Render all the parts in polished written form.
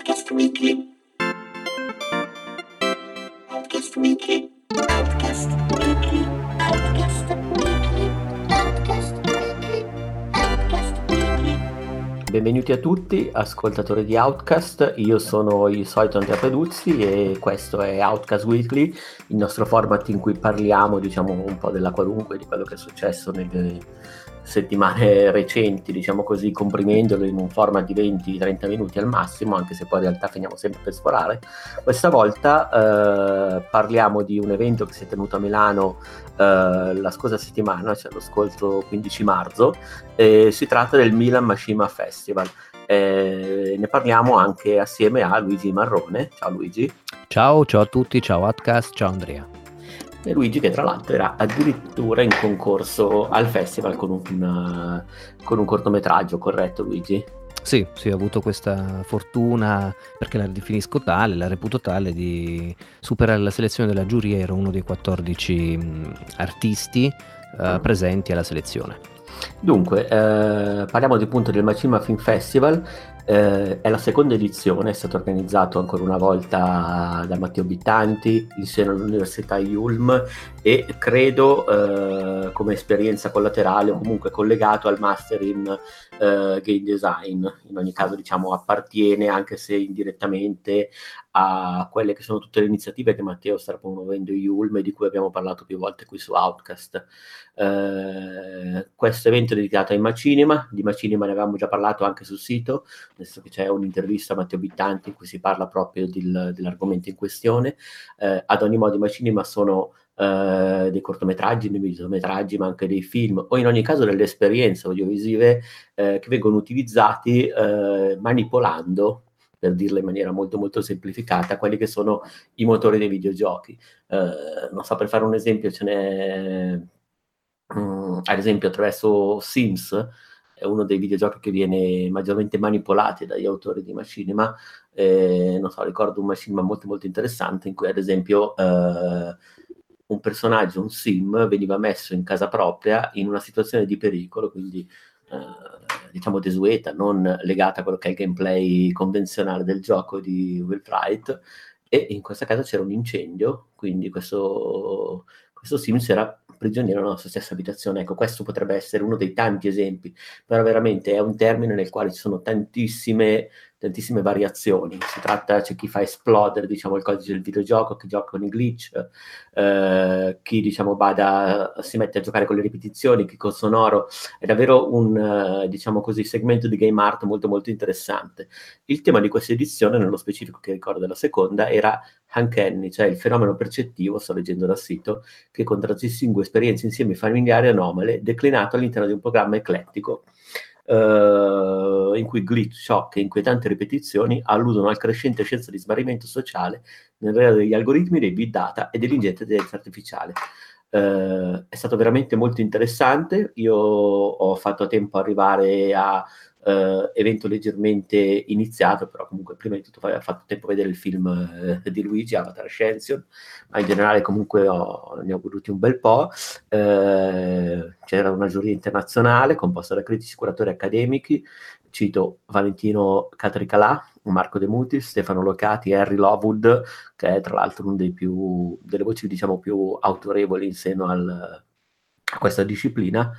Outcast Weekly. Outcast Weekly. Outcast Weekly. Outcast Weekly. Outcast Weekly. Outcast Weekly. Benvenuti a tutti, ascoltatori di Outcast. Io sono il solito Andrea Peduzzi e questo è Outcast Weekly, il nostro format in cui parliamo, diciamo, un po' della qualunque, di quello che è successo nelle settimane recenti, diciamo così, comprimendolo in un format di 20-30 minuti al massimo, anche se poi in realtà finiamo sempre per sforare. Questa volta parliamo di un evento che si è tenuto a Milano la scorsa settimana, cioè lo scorso 15 marzo. Si tratta del Milan Machinima Festival. Ne parliamo anche assieme a Luigi Marrone. Ciao Luigi. Ciao a tutti, ciao Outcast, ciao Andrea. E Luigi che tra l'altro era addirittura in concorso al festival con un cortometraggio, corretto Luigi? Sì, ho avuto questa fortuna, perché la definisco tale, la reputo tale, di superare la selezione della giuria. Ero uno dei 14 artisti presenti alla selezione. Dunque, parliamo appunto del Machinima Film Festival. È la seconda edizione, è stato organizzato ancora una volta da Matteo Bittanti insieme all'Università Yulm e credo come esperienza collaterale o comunque collegato al Master in Game Design. In ogni caso, diciamo, appartiene, anche se indirettamente, a quelle che sono tutte le iniziative che Matteo sta promuovendo in Yulm e di cui abbiamo parlato più volte qui su Outcast. Questo evento è dedicato ai Machinima. Di Machinima ne avevamo già parlato anche sul sito, nel senso che c'è un'intervista a Matteo Bittanti in cui si parla proprio dell'argomento in questione. Ad ogni modo i Machinima sono dei cortometraggi, dei videometraggi, ma anche dei film, o in ogni caso delle esperienze audiovisive che vengono utilizzati manipolando, per dirla in maniera molto molto semplificata, quelli che sono i motori dei videogiochi. Non so, per fare un esempio, ce n'è ad esempio attraverso Sims, è uno dei videogiochi che viene maggiormente manipolati dagli autori di Machinima. Non so, ricordo un Machinima molto molto interessante in cui ad esempio un personaggio, un sim, veniva messo in casa propria in una situazione di pericolo, quindi diciamo desueta, non legata a quello che è il gameplay convenzionale del gioco di Will Wright, e in questa casa c'era un incendio, quindi questo sim si era prigioniero nella sua stessa abitazione. Ecco, questo potrebbe essere uno dei tanti esempi, però veramente è un termine nel quale ci sono tantissime variazioni. C'è chi fa esplodere, diciamo, il codice del videogioco, chi gioca con i glitch, chi, diciamo, si mette a giocare con le ripetizioni, chi col sonoro. È davvero un, diciamo così, segmento di game art molto molto interessante. Il tema di questa edizione, nello specifico che ricordo della seconda, era Uncanny, cioè il fenomeno percettivo, sto leggendo dal sito, che contraddistingue esperienze insieme familiari anomale, declinato all'interno di un programma eclettico, in cui glitch, shock e inquietanti ripetizioni alludono al crescente scienza di smarrimento sociale nell'era degli algoritmi, dei big data e dell'ingente intelligenza artificiale. È stato veramente molto interessante. Io ho fatto a tempo arrivare a evento leggermente iniziato, però comunque prima di tutto ho fatto tempo a vedere il film di Luigi, Avatar Ascension, ma in generale comunque ne ho voluti un bel po'. C'era una giuria internazionale composta da critici, curatori accademici, cito Valentino Catricalà, Marco De Mutis, Stefano Locati, Harry Lovewood, che è tra l'altro uno delle voci, diciamo, più autorevoli in seno a questa disciplina,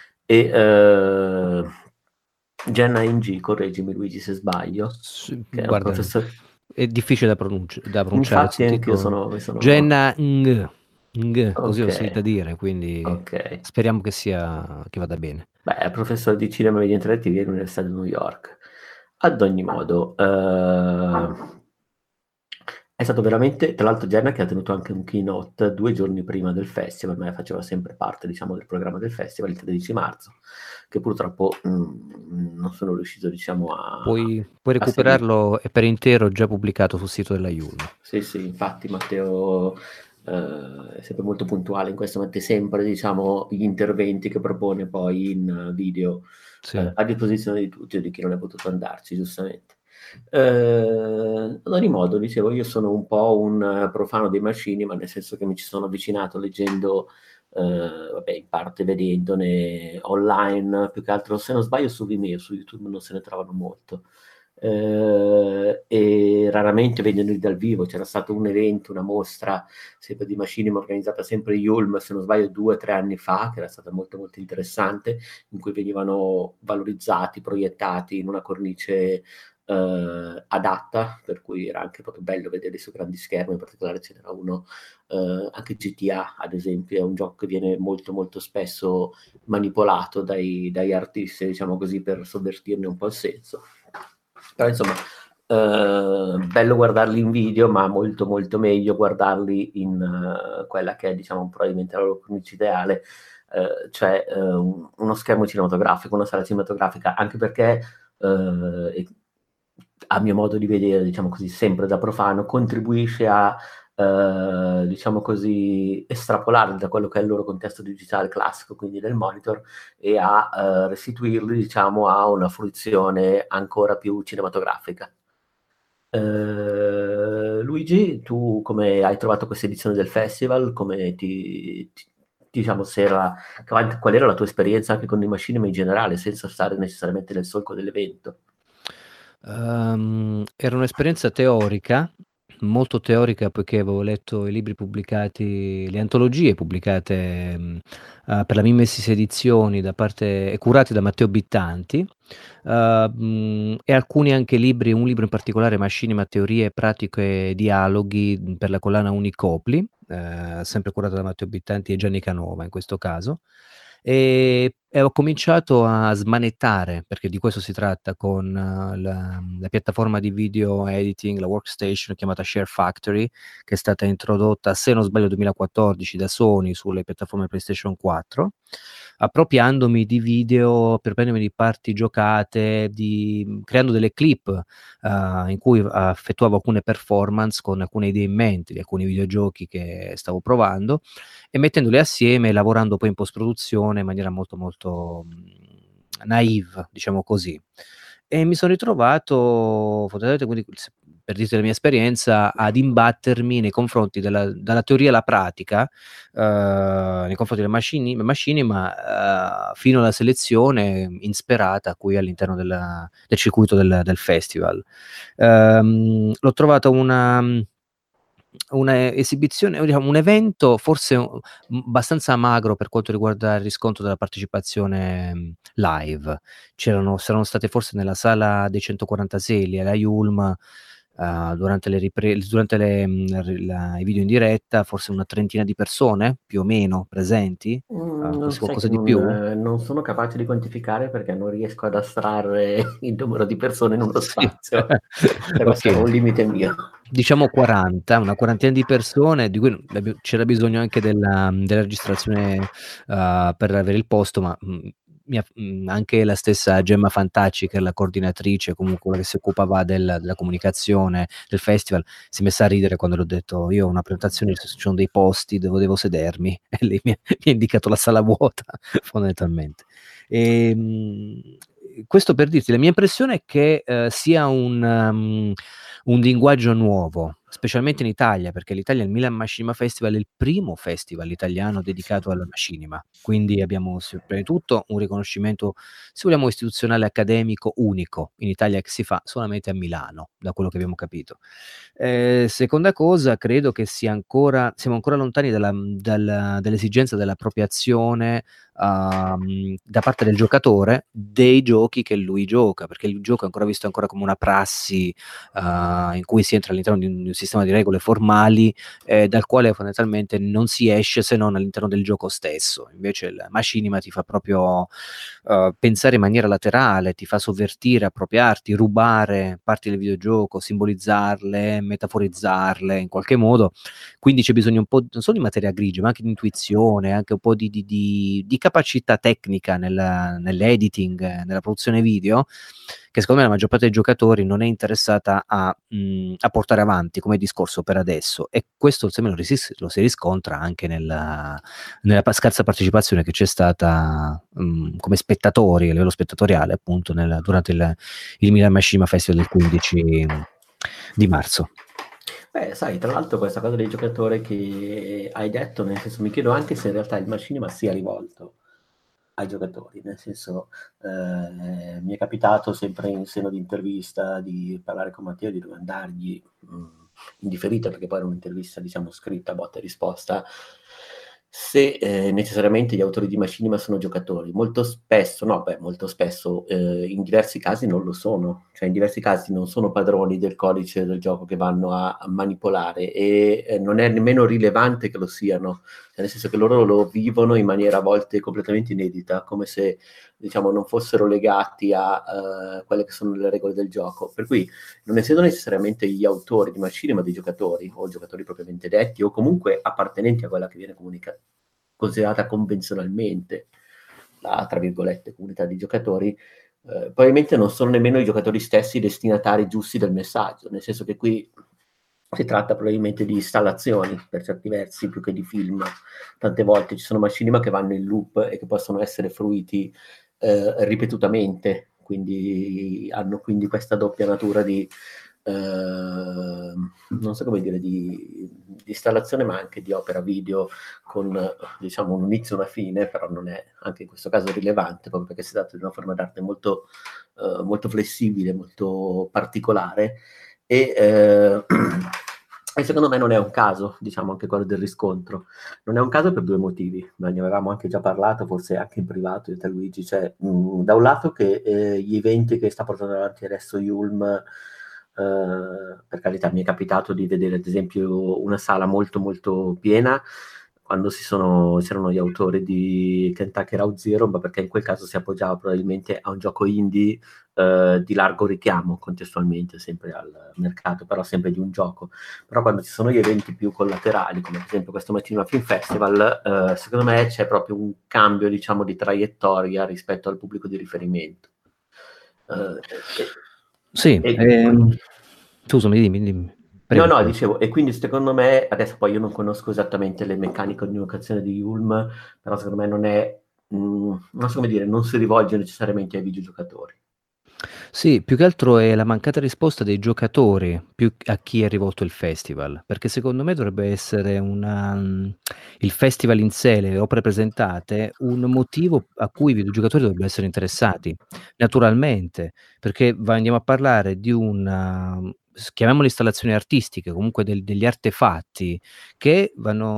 e Jenna Ng, correggimi Luigi se sbaglio, che è un Guarda, professore. è difficile da pronunciare. Infatti il anch'io titolo. sono. Jenna Ng, così Ok. l'ho sentita dire, quindi Ok. speriamo che vada bene. Beh, è professore di cinema e media interattivi all'Università di New York. Ad ogni modo, è stato veramente, tra l'altro Jenna che ha tenuto anche un keynote 2 giorni prima del festival, ma faceva sempre parte, diciamo, del programma del festival, il 13 marzo, che purtroppo non sono riuscito, diciamo, Puoi a recuperarlo, è per intero già pubblicato sul sito della Yulm. Sì, infatti Matteo è sempre molto puntuale in questo, mette sempre, diciamo, gli interventi che propone poi in video a disposizione di tutti o di chi non è potuto andarci, giustamente. Ad ogni modo, dicevo, io sono un po' un profano dei Machinima, nel senso che mi ci sono avvicinato leggendo, vabbè, in parte vedendone online, più che altro, se non sbaglio, su Vimeo, su YouTube non se ne trovano molto. e raramente vedono dal vivo. C'era stato un evento, una mostra sempre di Machinima organizzata sempre Yulm, se non sbaglio 2 o 3 anni fa, che era stata molto molto interessante, in cui venivano valorizzati, proiettati in una cornice adatta, per cui era anche proprio bello vederli su grandi schermi. In particolare ce n'era uno, anche GTA ad esempio, è un gioco che viene molto molto spesso manipolato dagli artisti, diciamo così, per sovvertirne un po' il senso. Però insomma, bello guardarli in video, ma molto molto meglio guardarli in quella che è, diciamo, probabilmente la loro cornice ideale, cioè uno schermo cinematografico, una sala cinematografica, anche perché a mio modo di vedere, diciamo così, sempre da profano, contribuisce a diciamo così, estrapolare da quello che è il loro contesto digitale classico, quindi del monitor, e a restituirli, diciamo, a una fruizione ancora più cinematografica. Luigi, tu come hai trovato questa edizione del festival? Come diciamo, qual era la tua esperienza anche con i Machinima in generale, senza stare necessariamente nel solco dell'evento? Era un'esperienza teorica, molto teorica, poiché avevo letto i libri pubblicati, le antologie pubblicate per la Mimesis Edizioni da parte e curati da Matteo Bittanti, e alcuni anche libri, un libro in particolare, Machinima, teorie, pratiche e dialoghi, per la collana Unicopli, sempre curato da Matteo Bittanti e Gianni Canova in questo caso. E ho cominciato a smanettare, perché di questo si tratta, con la piattaforma di video editing, la workstation chiamata Share Factory, che è stata introdotta, se non sbaglio, 2014 da Sony sulle piattaforme PlayStation 4, appropriandomi di video, prendendomi di parti giocate, creando delle clip in cui effettuavo alcune performance con alcune idee in mente di alcuni videogiochi che stavo provando, e mettendoli assieme, lavorando poi in post-produzione in maniera molto molto naive, diciamo così. E mi sono ritrovato, fondamentalmente, quindi, per dirti la mia esperienza, ad imbattermi nei confronti dalla teoria alla pratica, nei confronti del Machinima, fino alla selezione insperata qui all'interno del circuito del festival. L'ho trovata una esibizione, diciamo un evento forse abbastanza magro per quanto riguarda il riscontro della partecipazione live. Saranno state forse nella sala dei 146 lì alla Yulm, durante i video in diretta, forse una trentina di persone più o meno presenti, forse Sai qualcosa che di più? non sono capace di quantificare, perché non riesco ad astrarre il numero di persone in uno Sì. spazio. Questo è Okay. un limite mio. Diciamo 40, una quarantina di persone, di cui c'era bisogno anche della registrazione, per avere il posto, ma anche la stessa Gemma Fantacci, che è la coordinatrice, comunque quella che si occupava della comunicazione del festival, si è messa a ridere quando le ho detto: "Io ho una presentazione, ci sono dei posti, devo sedermi", e lei mi ha indicato la sala vuota fondamentalmente. Questo per dirti, la mia impressione è che sia un linguaggio nuovo, specialmente in Italia, perché l'Italia, il Milan Machinima Festival, è il primo festival italiano dedicato alla Machinima, quindi abbiamo prima di tutto un riconoscimento, se vogliamo, istituzionale accademico unico in Italia, che si fa solamente a Milano, da quello che abbiamo capito. Seconda cosa, credo che siamo ancora lontani dall'esigenza dell'appropriazione da parte del giocatore dei giochi che lui gioca, perché il gioco è ancora visto come una prassi in cui si entra all'interno di un sistema di regole formali, dal quale fondamentalmente non si esce se non all'interno del gioco stesso. Invece il Machinima ti fa proprio pensare in maniera laterale, ti fa sovvertire, appropriarti, rubare parti del videogioco, simbolizzarle, metaforizzarle in qualche modo. Quindi c'è bisogno un po' non solo di materia grigia, ma anche di intuizione, anche un po' di capacità tecnica nell'editing, nella produzione video, che secondo me la maggior parte dei giocatori non è interessata a portare avanti come discorso per adesso, e questo secondo me lo si riscontra anche nella scarsa partecipazione che c'è stata come spettatori, a livello spettatoriale, appunto durante il Milan Machinima Festival del 15 di marzo. Sai, tra l'altro questa cosa del giocatore che hai detto, nel senso, mi chiedo anche se in realtà il Machinima sia rivolto ai giocatori, nel senso mi è capitato sempre in seno di intervista di parlare con Matteo, di domandargli in differita, perché poi era un'intervista diciamo scritta, botta e risposta, se necessariamente gli autori di Machinima sono giocatori. Molto spesso, in diversi casi non lo sono, cioè in diversi casi non sono padroni del codice del gioco che vanno a manipolare, e non è nemmeno rilevante che lo siano, cioè nel senso che loro lo vivono in maniera a volte completamente inedita, come se diciamo non fossero legati a quelle che sono le regole del gioco, per cui non essendo necessariamente gli autori di Machinima dei giocatori, o giocatori propriamente detti, o comunque appartenenti a quella che viene considerata convenzionalmente la, tra virgolette, comunità di giocatori, probabilmente non sono nemmeno i giocatori stessi i destinatari giusti del messaggio, nel senso che qui si tratta probabilmente di installazioni, per certi versi, più che di film. Tante volte ci sono Machinima che vanno in loop e che possono essere fruiti ripetutamente, quindi hanno quindi questa doppia natura di non so come dire, di installazione, ma anche di opera video con diciamo un inizio e una fine, però non è anche in questo caso rilevante, proprio perché si tratta di una forma d'arte molto, molto flessibile, molto particolare, e secondo me non è un caso, diciamo, anche quello del riscontro. Non è un caso per due motivi, ma ne avevamo anche già parlato, forse anche in privato, io e te Luigi, cioè da un lato che gli eventi che sta portando avanti adesso Yulm, per carità, mi è capitato di vedere ad esempio una sala molto molto piena quando c'erano gli autori di Kentucky Route Zero, ma perché in quel caso si appoggiava probabilmente a un gioco indie di largo richiamo contestualmente sempre al mercato, però sempre di un gioco. Però quando ci sono gli eventi più collaterali, come ad esempio questo Machinima Film Festival, secondo me c'è proprio un cambio, diciamo, di traiettoria rispetto al pubblico di riferimento. Sì, scusami, dimmi. Prego. No, dicevo, e quindi secondo me, adesso poi io non conosco esattamente le meccaniche di invocazione di Yulm, però secondo me non è, non so come dire, non si rivolge necessariamente ai videogiocatori. Sì, più che altro è la mancata risposta dei giocatori più a chi è rivolto il festival, perché secondo me dovrebbe essere il festival in sé, le opere presentate, un motivo a cui i videogiocatori dovrebbero essere interessati, naturalmente, perché andiamo a parlare di chiamiamole installazioni artistiche, comunque degli artefatti che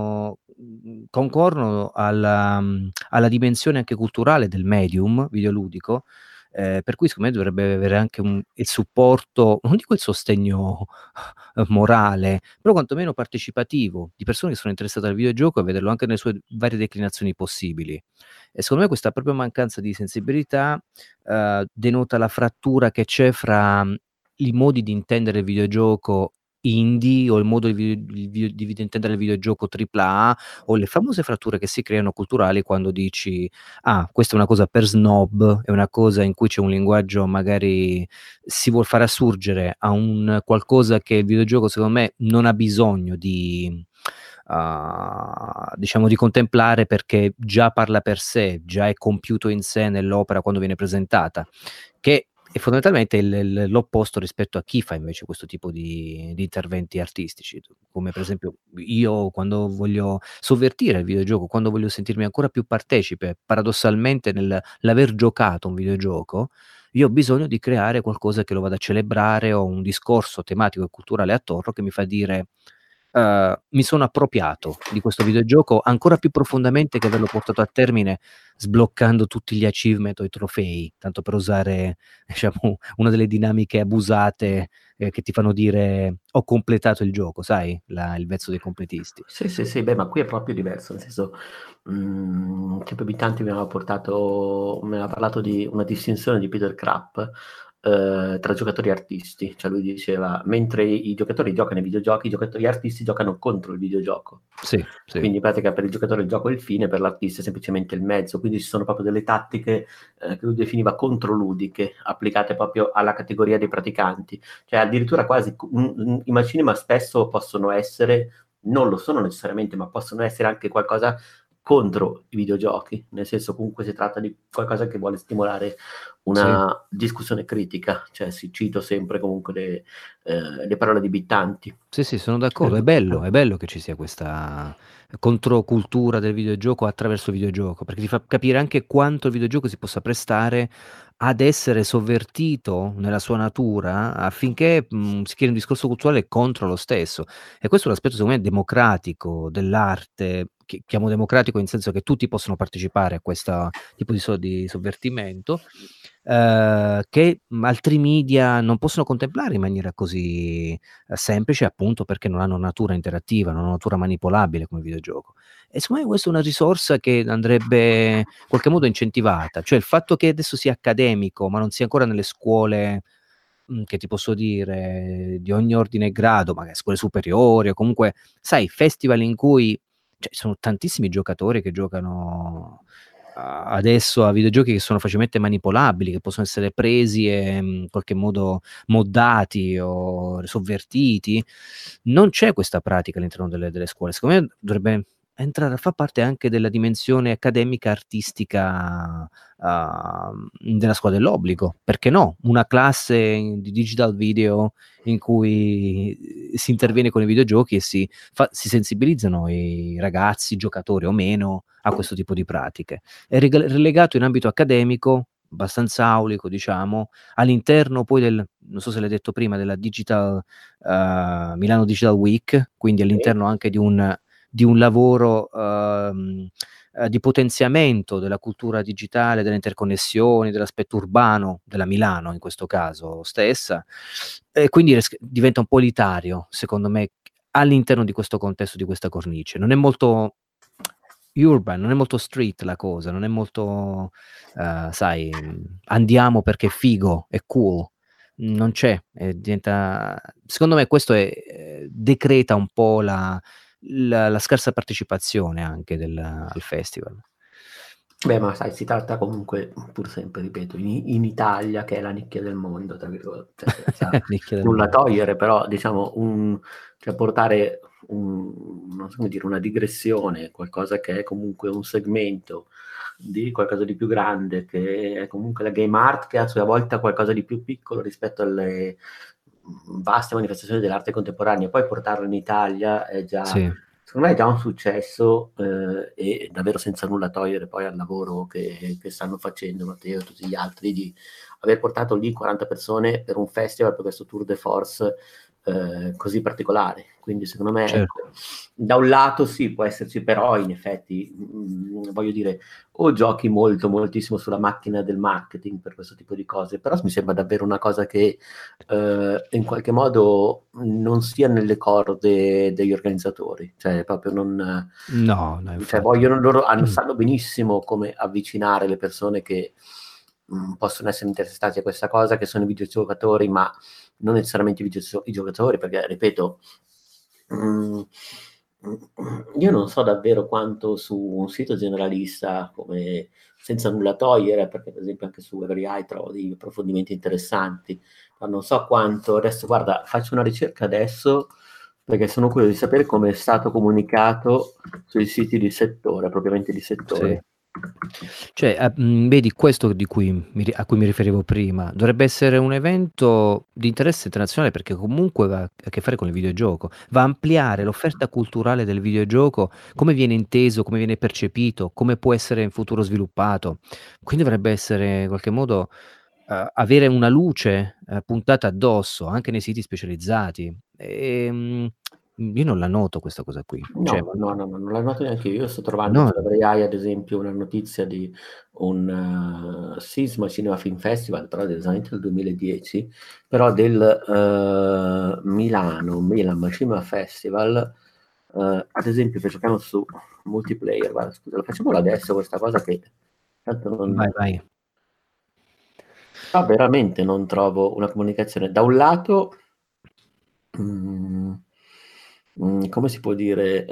concorrono alla dimensione anche culturale del medium videoludico. Per cui secondo me dovrebbe avere anche il supporto, non dico il sostegno morale, però quantomeno partecipativo, di persone che sono interessate al videogioco e vederlo anche nelle sue varie declinazioni possibili. E secondo me questa proprio mancanza di sensibilità denota la frattura che c'è fra i modi di intendere il videogioco indie o il modo di intendere il videogioco AAA, o le famose fratture che si creano culturali quando dici questa è una cosa per snob, è una cosa in cui c'è un linguaggio, magari si vuol far assurgere a un qualcosa che il videogioco secondo me non ha bisogno di diciamo di contemplare, perché già parla per sé, già è compiuto in sé nell'opera quando viene presentata, che è fondamentalmente l'opposto rispetto a chi fa invece questo tipo di interventi artistici, come per esempio io quando voglio sovvertire il videogioco, quando voglio sentirmi ancora più partecipe, paradossalmente, nell'aver giocato un videogioco, io ho bisogno di creare qualcosa che lo vada a celebrare, o un discorso tematico e culturale attorno che mi fa dire mi sono appropriato di questo videogioco ancora più profondamente che averlo portato a termine sbloccando tutti gli achievement o i trofei, tanto per usare, diciamo, una delle dinamiche abusate che ti fanno dire ho completato il gioco, sai, il vezzo dei completisti. Sì, beh, ma qui è proprio diverso, nel senso, Tempo Abitanti mi aveva parlato di una distinzione di Peter Krapp tra giocatori e artisti, cioè lui diceva, mentre i giocatori giocano ai videogiochi, gli artisti giocano contro il videogioco. Sì. Quindi in pratica per il giocatore il gioco è il fine, per l'artista è semplicemente il mezzo, quindi ci sono proprio delle tattiche che lui definiva controludiche, applicate proprio alla categoria dei praticanti, cioè addirittura quasi i Machinima spesso possono essere, non lo sono necessariamente, ma possono essere anche qualcosa contro i videogiochi, nel senso comunque si tratta di qualcosa che vuole stimolare una discussione critica, cioè cito sempre comunque le parole di Bittanti. Sì, sono d'accordo. È bello che ci sia questa controcultura del videogioco attraverso il videogioco, perché ti fa capire anche quanto il videogioco si possa prestare ad essere sovvertito nella sua natura affinché, si crei un discorso culturale contro lo stesso. E questo è un aspetto secondo me democratico dell'arte, che chiamo democratico in senso che tutti possono partecipare a questa tipo di sovvertimento, che, altri media non possono contemplare in maniera così semplice, appunto perché non hanno natura interattiva, non hanno natura manipolabile come il videogioco. E secondo me questa è una risorsa che andrebbe in qualche modo incentivata, cioè il fatto che adesso sia accademico, ma non sia ancora nelle scuole, che ti posso dire, di ogni ordine e grado, magari scuole superiori o comunque, sai, festival in cui cioè ci sono tantissimi giocatori che giocano adesso a videogiochi che sono facilmente manipolabili, che possono essere presi e in qualche modo moddati o sovvertiti. Non c'è questa pratica all'interno delle scuole. Secondo me dovrebbe entrare a far parte anche della dimensione accademica artistica, della scuola dell'obbligo. Perché no? Una classe di digital video in cui si interviene con i videogiochi e si sensibilizzano i ragazzi, giocatori o meno, a questo tipo di pratiche. È relegato in ambito accademico, abbastanza aulico diciamo, all'interno poi non so se l'hai detto prima, della Milano Digital Week, quindi all'interno anche di un lavoro di potenziamento della cultura digitale, delle interconnessioni, dell'aspetto urbano della Milano in questo caso stessa, e quindi diventa un po' elitario, secondo me, all'interno di questo contesto, di questa cornice. Non è molto urban, non è molto street la cosa, non è molto, sai, andiamo perché è figo, è cool. Non c'è, diventa secondo me questo decreta un po' la scarsa partecipazione anche al festival. Beh, ma sai, si tratta comunque, pur sempre, ripeto, in Italia, che è la nicchia del mondo, tra virgolette, senza Nicchia del nulla mondo. togliere, però diciamo cioè portare non so come dire, una digressione, qualcosa che è comunque un segmento di qualcosa di più grande, che è comunque la game art, che a sua volta qualcosa di più piccolo rispetto alle vaste manifestazioni dell'arte contemporanea, poi portarlo in Italia è già... Sì. Secondo me è già un successo e davvero senza nulla togliere poi al lavoro che stanno facendo Matteo e tutti gli altri di aver portato lì 40 persone per un festival, per questo tour de force così particolare. Quindi secondo me ecco, da un lato sì, può esserci, però in effetti voglio dire, o giochi moltissimo sulla macchina del marketing per questo tipo di cose, però mi sembra davvero una cosa che in qualche modo non sia nelle corde degli organizzatori, cioè proprio non... No, cioè vogliono loro, sanno benissimo come avvicinare le persone che possono essere interessati a questa cosa, che sono i videogiocatori, ma non necessariamente i giocatori, perché ripeto, io non so davvero quanto su un sito generalista, come senza nulla togliere, perché per esempio anche su Every Eye trovo degli approfondimenti interessanti, ma non so quanto, adesso guarda, faccio una ricerca adesso, perché sono curioso di sapere come è stato comunicato sui siti di settore, propriamente di settore. Sì. Cioè, vedi questo a cui mi riferivo prima, dovrebbe essere un evento di interesse internazionale perché comunque va a che fare con il videogioco, va a ampliare l'offerta culturale del videogioco, come viene inteso, come viene percepito, come può essere in futuro sviluppato. Quindi dovrebbe essere in qualche modo avere una luce puntata addosso anche nei siti specializzati. Io non la noto questa cosa qui. Cioè, No, non l'ho notato neanche io sto trovando no, su Every Eye, ad esempio, una notizia di un Sisma Cinema Film Festival, però esattamente del 2010, però del Milan Cinema Festival, ad esempio, per cercare su multiplayer, guarda, scusa, lo facciamo adesso questa cosa che tanto non... vai. No, veramente non trovo una comunicazione. Da un lato... come si può dire?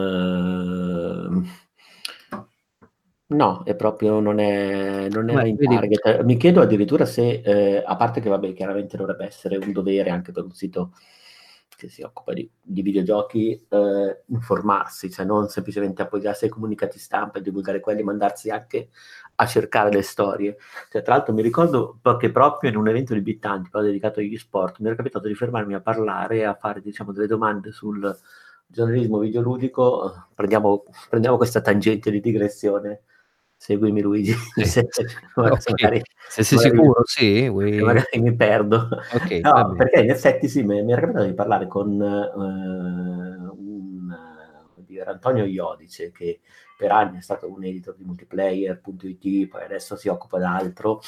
No, è proprio non era in Vedi, target. Mi chiedo addirittura se, a parte che vabbè, chiaramente dovrebbe essere un dovere anche per un sito che si occupa di videogiochi informarsi, cioè non semplicemente appoggiarsi ai comunicati stampa e divulgare quelli, ma andarsi anche a cercare le storie. Cioè, tra l'altro mi ricordo che proprio in un evento di Bittanti, però dedicato agli sport, mi era capitato di fermarmi a parlare e a fare, diciamo, delle domande sul giornalismo videoludico. Prendiamo questa tangente di digressione. Seguimi Luigi, Sì. Ok. Se sei magari sicuro, sì, magari mi perdo. Ok, va No, bene. perché in effetti sì, mi era capitato di parlare con era Antonio Iodice, che per anni è stato un editor di multiplayer.it, poi adesso si occupa d'altro,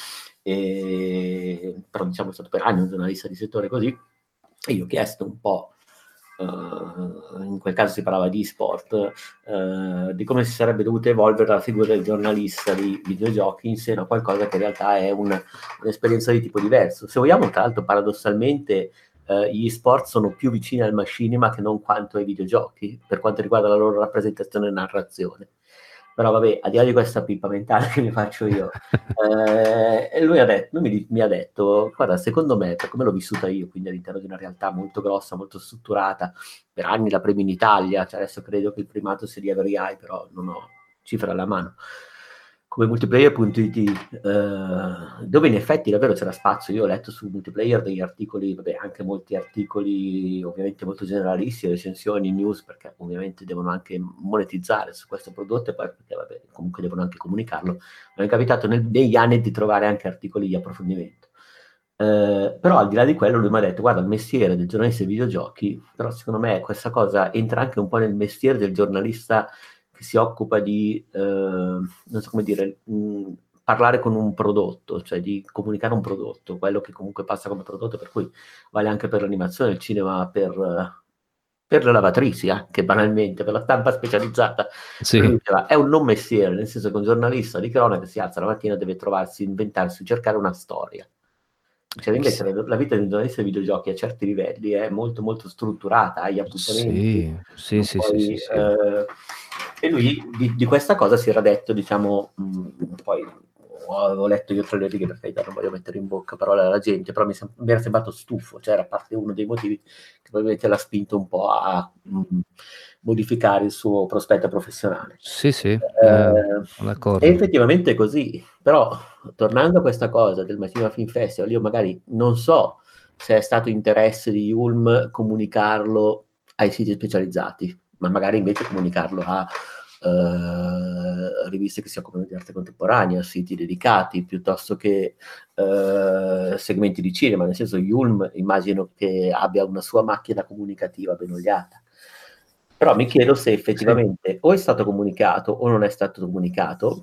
però diciamo è stato per anni un giornalista di settore così, e io ho chiesto un po', in quel caso si parlava di sport, di come si sarebbe dovuta evolvere la figura del giornalista di videogiochi in seno a qualcosa che in realtà è un'esperienza di tipo diverso. Se vogliamo, tra l'altro, paradossalmente, gli sport sono più vicini al machinima che non quanto ai videogiochi, per quanto riguarda la loro rappresentazione e narrazione. Però vabbè, al di là di questa pippa mentale che mi faccio io, e lui mi ha detto, guarda, secondo me, per come l'ho vissuta io, quindi all'interno di una realtà molto grossa, molto strutturata, per anni la prima in Italia, cioè adesso credo che il primato sia di Every Eye, però non ho cifra alla mano, come multiplayer.it, dove in effetti davvero c'era spazio. Io ho letto su multiplayer degli articoli, vabbè, anche molti articoli ovviamente molto generalisti, recensioni, news, perché ovviamente devono anche monetizzare su questo prodotto, e poi perché vabbè, comunque devono anche comunicarlo. Mi è capitato negli anni di trovare anche articoli di approfondimento. Però al di là di quello lui mi ha detto, guarda, il mestiere del giornalista dei videogiochi, però secondo me questa cosa entra anche un po' nel mestiere del giornalista che si occupa di, non so come dire, parlare con un prodotto, cioè di comunicare un prodotto, quello che comunque passa come prodotto, per cui vale anche per l'animazione, il cinema, per le lavatrici, anche banalmente, per la stampa specializzata. Sì. Lui diceva, è un non mestiere, nel senso che un giornalista di cronaca si alza la mattina e deve trovarsi, inventarsi, cercare una storia. Cioè, invece la vita di un giornalista di videogiochi a certi livelli è molto molto strutturata, hai appuntamenti, Sì. e lui di questa cosa si era detto, diciamo, poi avevo letto io tra le righe, per carità non voglio mettere in bocca parole alla gente, però mi era sembrato stufo, cioè era parte uno dei motivi che probabilmente l'ha spinto un po' a modificare il suo prospetto professionale. Sì, d'accordo. E effettivamente è così, però tornando a questa cosa del Machinima Film Festival, io magari non so se è stato interesse di Yulm comunicarlo ai siti specializzati, ma magari invece comunicarlo a riviste che si occupano di arte contemporanea, siti dedicati, piuttosto che segmenti di cinema, nel senso Yulm immagino che abbia una sua macchina comunicativa ben oliata. Però mi chiedo se effettivamente o è stato comunicato o non è stato comunicato,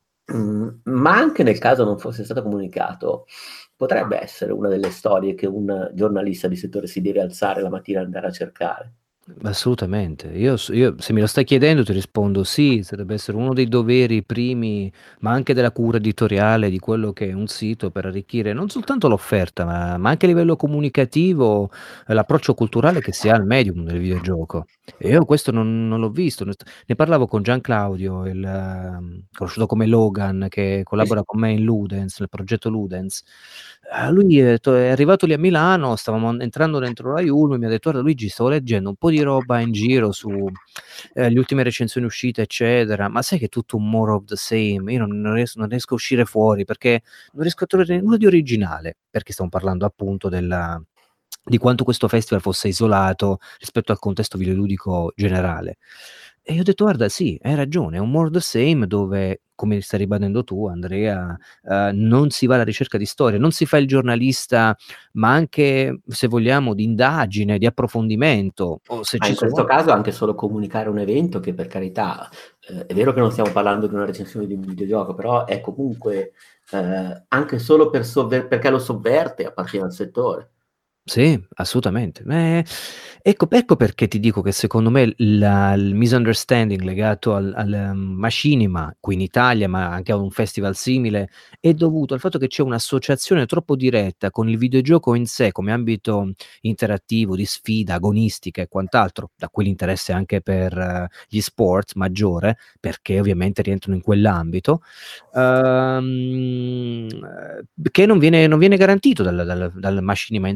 ma anche nel caso non fosse stato comunicato, potrebbe essere una delle storie che un giornalista di settore si deve alzare la mattina e andare a cercare. Assolutamente. Io se me lo stai chiedendo ti rispondo sì, sarebbe essere uno dei doveri primi, ma anche della cura editoriale di quello che è un sito per arricchire non soltanto l'offerta, ma anche a livello comunicativo, l'approccio culturale che si ha al medium del videogioco. E io questo non l'ho visto. Ne parlavo con Gian Claudio, conosciuto come Logan, che collabora con me in Ludens, nel progetto Ludens. Lui è arrivato lì a Milano, stavamo entrando dentro la Yulm e mi ha detto: "Guarda Luigi, stavo leggendo un po' di roba in giro su, le ultime recensioni uscite eccetera, ma sai che è tutto un more of the same, io non riesco a uscire fuori perché non riesco a trovare nulla di originale", perché stiamo parlando appunto di quanto questo festival fosse isolato rispetto al contesto videoludico generale. E io ho detto: "Guarda sì, hai ragione, è un more of the same dove, come stai ribadendo tu Andrea, non si va alla ricerca di storie, non si fa il giornalista, ma anche, se vogliamo, di indagine, di approfondimento o se Ma ci in questo sono caso anche solo comunicare un evento che, per carità, è vero che non stiamo parlando di una recensione di un videogioco, però è comunque anche solo perché lo sovverte, appartiene al settore. Sì, assolutamente. Ecco perché ti dico che secondo me il misunderstanding legato al Machinima qui in Italia, ma anche a un festival simile, è dovuto al fatto che c'è un'associazione troppo diretta con il videogioco in sé come ambito interattivo, di sfida, agonistica e quant'altro, da cui l'interesse anche per gli sport maggiore, perché ovviamente rientrano in quell'ambito, che non viene garantito dal Machinima in sé.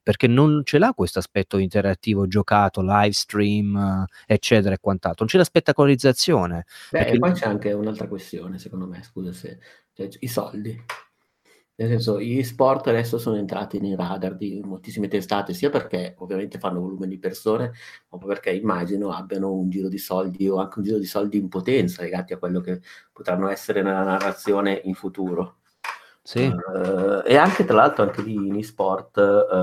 perché non ce l'ha questo aspetto interattivo, giocato, live stream, eccetera e quant'altro. Non c'è la spettacolarizzazione. Beh, e poi c'è anche un'altra questione, secondo me, scusa se... cioè, i soldi. Nel senso, gli sport adesso sono entrati nei radar di moltissime testate, sia perché ovviamente fanno volume di persone, ma poi perché immagino abbiano un giro di soldi o anche un giro di soldi in potenza legati a quello che potranno essere nella narrazione in futuro. Sì. E anche tra l'altro anche lì in e-sport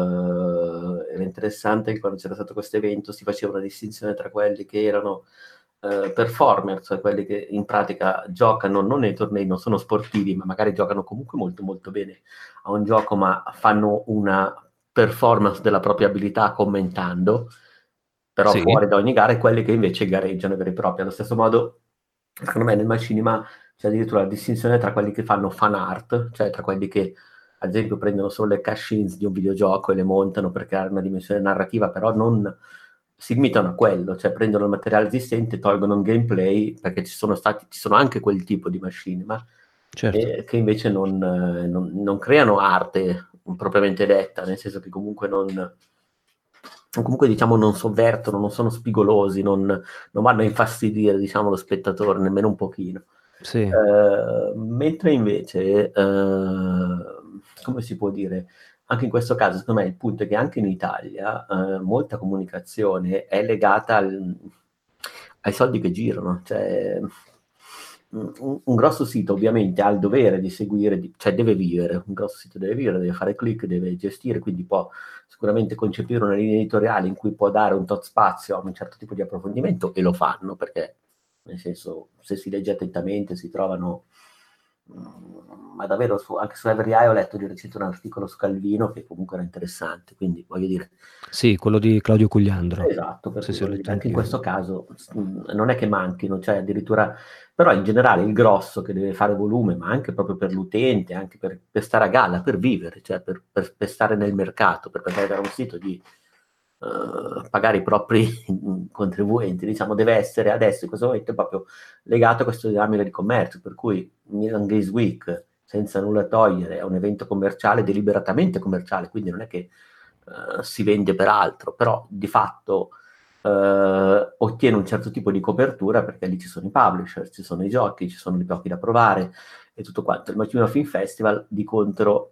era interessante che quando c'era stato questo evento si faceva una distinzione tra quelli che erano performer, cioè quelli che in pratica giocano non nei tornei, non sono sportivi, ma magari giocano comunque molto molto bene a un gioco, ma fanno una performance della propria abilità commentando, però Sì. fuori da ogni gara, e quelli che invece gareggiano veri e propri. Allo stesso modo, secondo me nel machinima c'è addirittura la distinzione tra quelli che fanno fan art, cioè tra quelli che ad esempio prendono solo le cash-ins di un videogioco e le montano per creare una dimensione narrativa, però non si limitano a quello, cioè prendono il materiale esistente, tolgono un gameplay, perché ci sono anche quel tipo di machinima, Certo. che invece non creano arte propriamente detta, nel senso che comunque comunque diciamo non sovvertono, non sono spigolosi, non vanno a infastidire, diciamo, lo spettatore nemmeno un pochino. Sì. Mentre invece come si può dire, anche in questo caso secondo me il punto è che anche in Italia molta comunicazione è legata ai soldi che girano, cioè un grosso sito ovviamente ha il dovere di seguire, cioè deve vivere, un grosso sito deve vivere, deve fare click, deve gestire, quindi può sicuramente concepire una linea editoriale in cui può dare un tot spazio a un certo tipo di approfondimento, e lo fanno, perché nel senso, se si legge attentamente si trovano ma davvero anche su Every Eye ho letto di recente un articolo su Calvino che comunque era interessante, quindi voglio dire, Sì, quello di Claudio Cugliandro. esatto, per Sì, cui sì, ho voglio letto dire, anche in anch'io. questo caso non è che manchino, cioè addirittura, però in generale il grosso che deve fare volume, ma anche proprio per l'utente, anche per stare a galla, per vivere, cioè per stare nel mercato, per poter avere un sito di pagare i propri contribuenti, diciamo, deve essere adesso in questo momento proprio legato a questa dinamica di commercio, per cui Milan Games Week, senza nulla togliere, è un evento commerciale, deliberatamente commerciale, quindi non è che si vende per altro, però di fatto ottiene un certo tipo di copertura perché lì ci sono i publisher, ci sono i giochi, ci sono i giochi da provare e tutto quanto. Il Macchino Film Festival di contro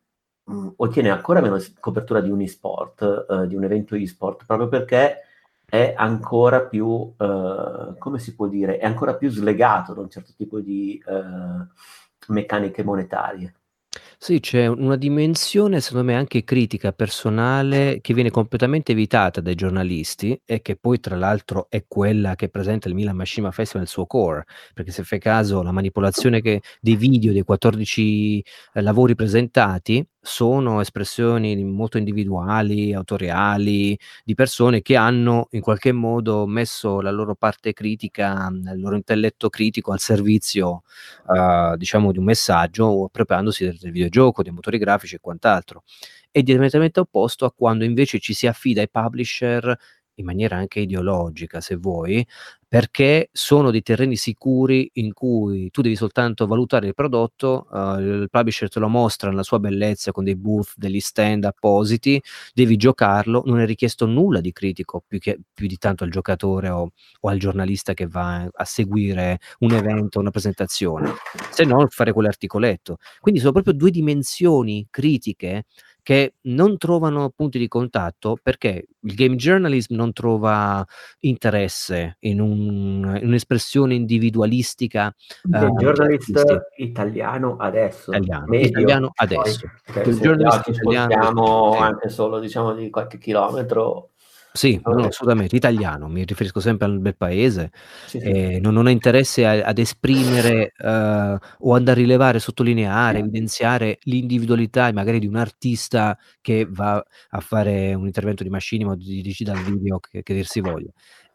ottiene ancora meno copertura di un e-sport, di un evento e-sport, proprio perché è ancora più, come si può dire, è ancora più slegato da un certo tipo di meccaniche monetarie. Sì, c'è una dimensione, secondo me, anche critica personale che viene completamente evitata dai giornalisti e che poi tra l'altro è quella che presenta il Milan Machinima Festival nel suo core, perché se fai caso la manipolazione dei video dei 14 lavori presentati sono espressioni molto individuali, autoriali, di persone che hanno in qualche modo messo la loro parte critica, il loro intelletto critico al servizio diciamo di un messaggio o appropriandosi del videogioco, dei motori grafici e quant'altro. È diametralmente opposto a quando invece ci si affida ai publisher in maniera anche ideologica, se vuoi, perché sono dei terreni sicuri in cui tu devi soltanto valutare il prodotto, il publisher te lo mostra nella sua bellezza con dei booth, degli stand appositi, devi giocarlo, non è richiesto nulla di critico più di tanto al giocatore o al giornalista che va a seguire un evento, una presentazione, se no fare quell'articoletto. Quindi sono proprio 2 dimensioni critiche che non trovano punti di contatto, perché il game journalism non trova interesse in un'espressione individualistica, Il di journalist artisti. italiano adesso, Italiano, medio, italiano poi adesso. cioè, Quel se già journalist ci italiano spostiamo sì. anche solo diciamo di qualche chilometro, Sì, no, no, eh, assolutamente, italiano, mi riferisco sempre al bel paese, sì, sì. non ha interesse ad esprimere, o ad a rilevare, sottolineare, evidenziare l'individualità magari di un artista che va a fare un intervento di machinima o di digital video che dir si voglia.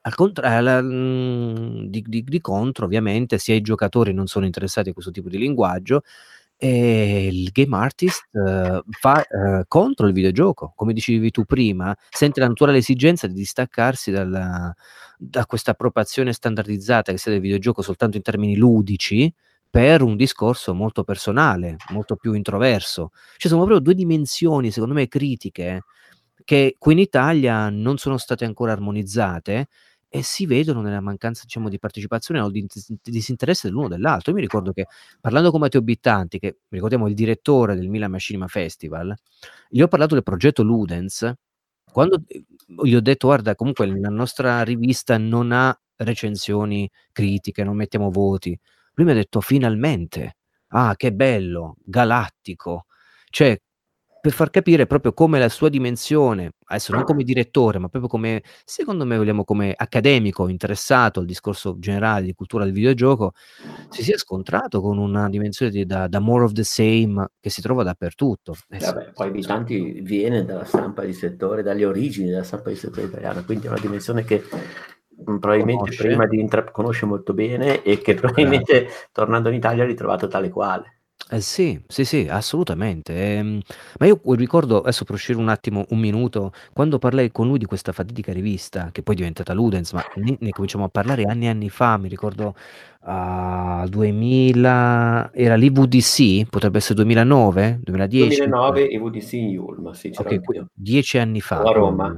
Di contro ovviamente sia i giocatori non sono interessati a questo tipo di linguaggio e il game artist, va, contro il videogioco. Come dicevi tu prima, sente la naturale esigenza di distaccarsi da questa appropriazione standardizzata che sia del videogioco soltanto in termini ludici, per un discorso molto personale, molto più introverso. Ci sono proprio 2 dimensioni, secondo me, critiche che qui in Italia non sono state ancora armonizzate e si vedono nella mancanza, diciamo, di partecipazione o di disinteresse dell'uno dell'altro. Io mi ricordo che parlando con Matteo Bittanti, che ricordiamo è il direttore del Milan Machinima Festival, gli ho parlato del progetto Ludens, quando gli ho detto: "Guarda, comunque la nostra rivista non ha recensioni critiche, non mettiamo voti." Lui mi ha detto: "Finalmente! Ah, che bello, galattico." Cioè, per far capire proprio come la sua dimensione, adesso non come direttore, ma proprio come secondo me vogliamo come accademico interessato al discorso generale di cultura del videogioco, si sia scontrato con una dimensione da more of the same che si trova dappertutto. Vabbè, poi Vitanti viene dalla stampa di settore, dalle origini della stampa di settore italiana, quindi è una dimensione che probabilmente Conosce? prima di conosce molto bene e che probabilmente tornando in Italia ha ritrovato tale quale. Sì, sì, sì, assolutamente. Ma io ricordo, adesso per uscire un attimo, un minuto, quando parlai con lui di questa fatidica rivista, che poi è diventata Ludens, ma ne cominciamo a parlare anni e anni fa, mi ricordo 2000, era l'IVDC, potrebbe essere 2009, 2010? 2009 e VDC in Yulm, sì, c'ero Okay, anch'io. 10 anni O fa a quindi. Roma.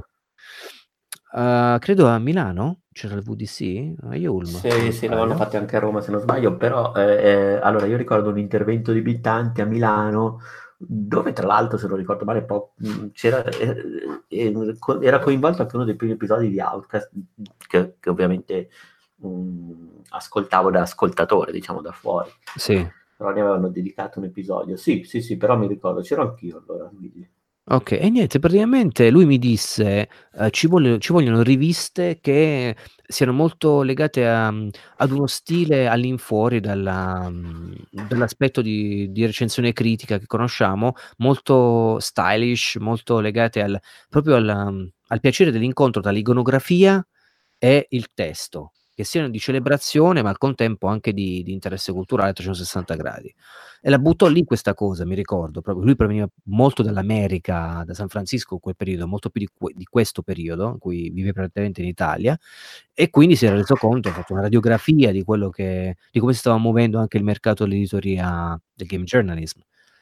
Credo a Milano? C'era il VDC? A Yulm, se Sì, non sì, l'avevano sbaglio. fatto anche a Roma se non sbaglio, però allora io ricordo un intervento di Bittanti a Milano, dove tra l'altro, se non ricordo male, c'era, era coinvolto anche uno dei primi episodi di Outcast, che ovviamente ascoltavo da ascoltatore, diciamo da fuori, Sì. però ne avevano dedicato un episodio. Sì, sì, sì, però mi ricordo, c'ero anch'io allora, quindi. Okay, e niente, praticamente lui mi disse: ci vogliono riviste che siano molto legate ad uno stile all'infuori dall'aspetto di recensione critica che conosciamo, molto stylish, molto legate proprio al piacere dell'incontro tra l'iconografia e il testo, che siano di celebrazione, ma al contempo anche di interesse culturale a 360 gradi. E la buttò lì questa cosa, mi ricordo, proprio lui proveniva molto dall'America, da San Francisco in quel periodo, molto più di questo periodo, in cui vive prevalentemente in Italia, e quindi si era reso conto, ha fatto una radiografia di di come si stava muovendo anche il mercato dell'editoria del game journalism.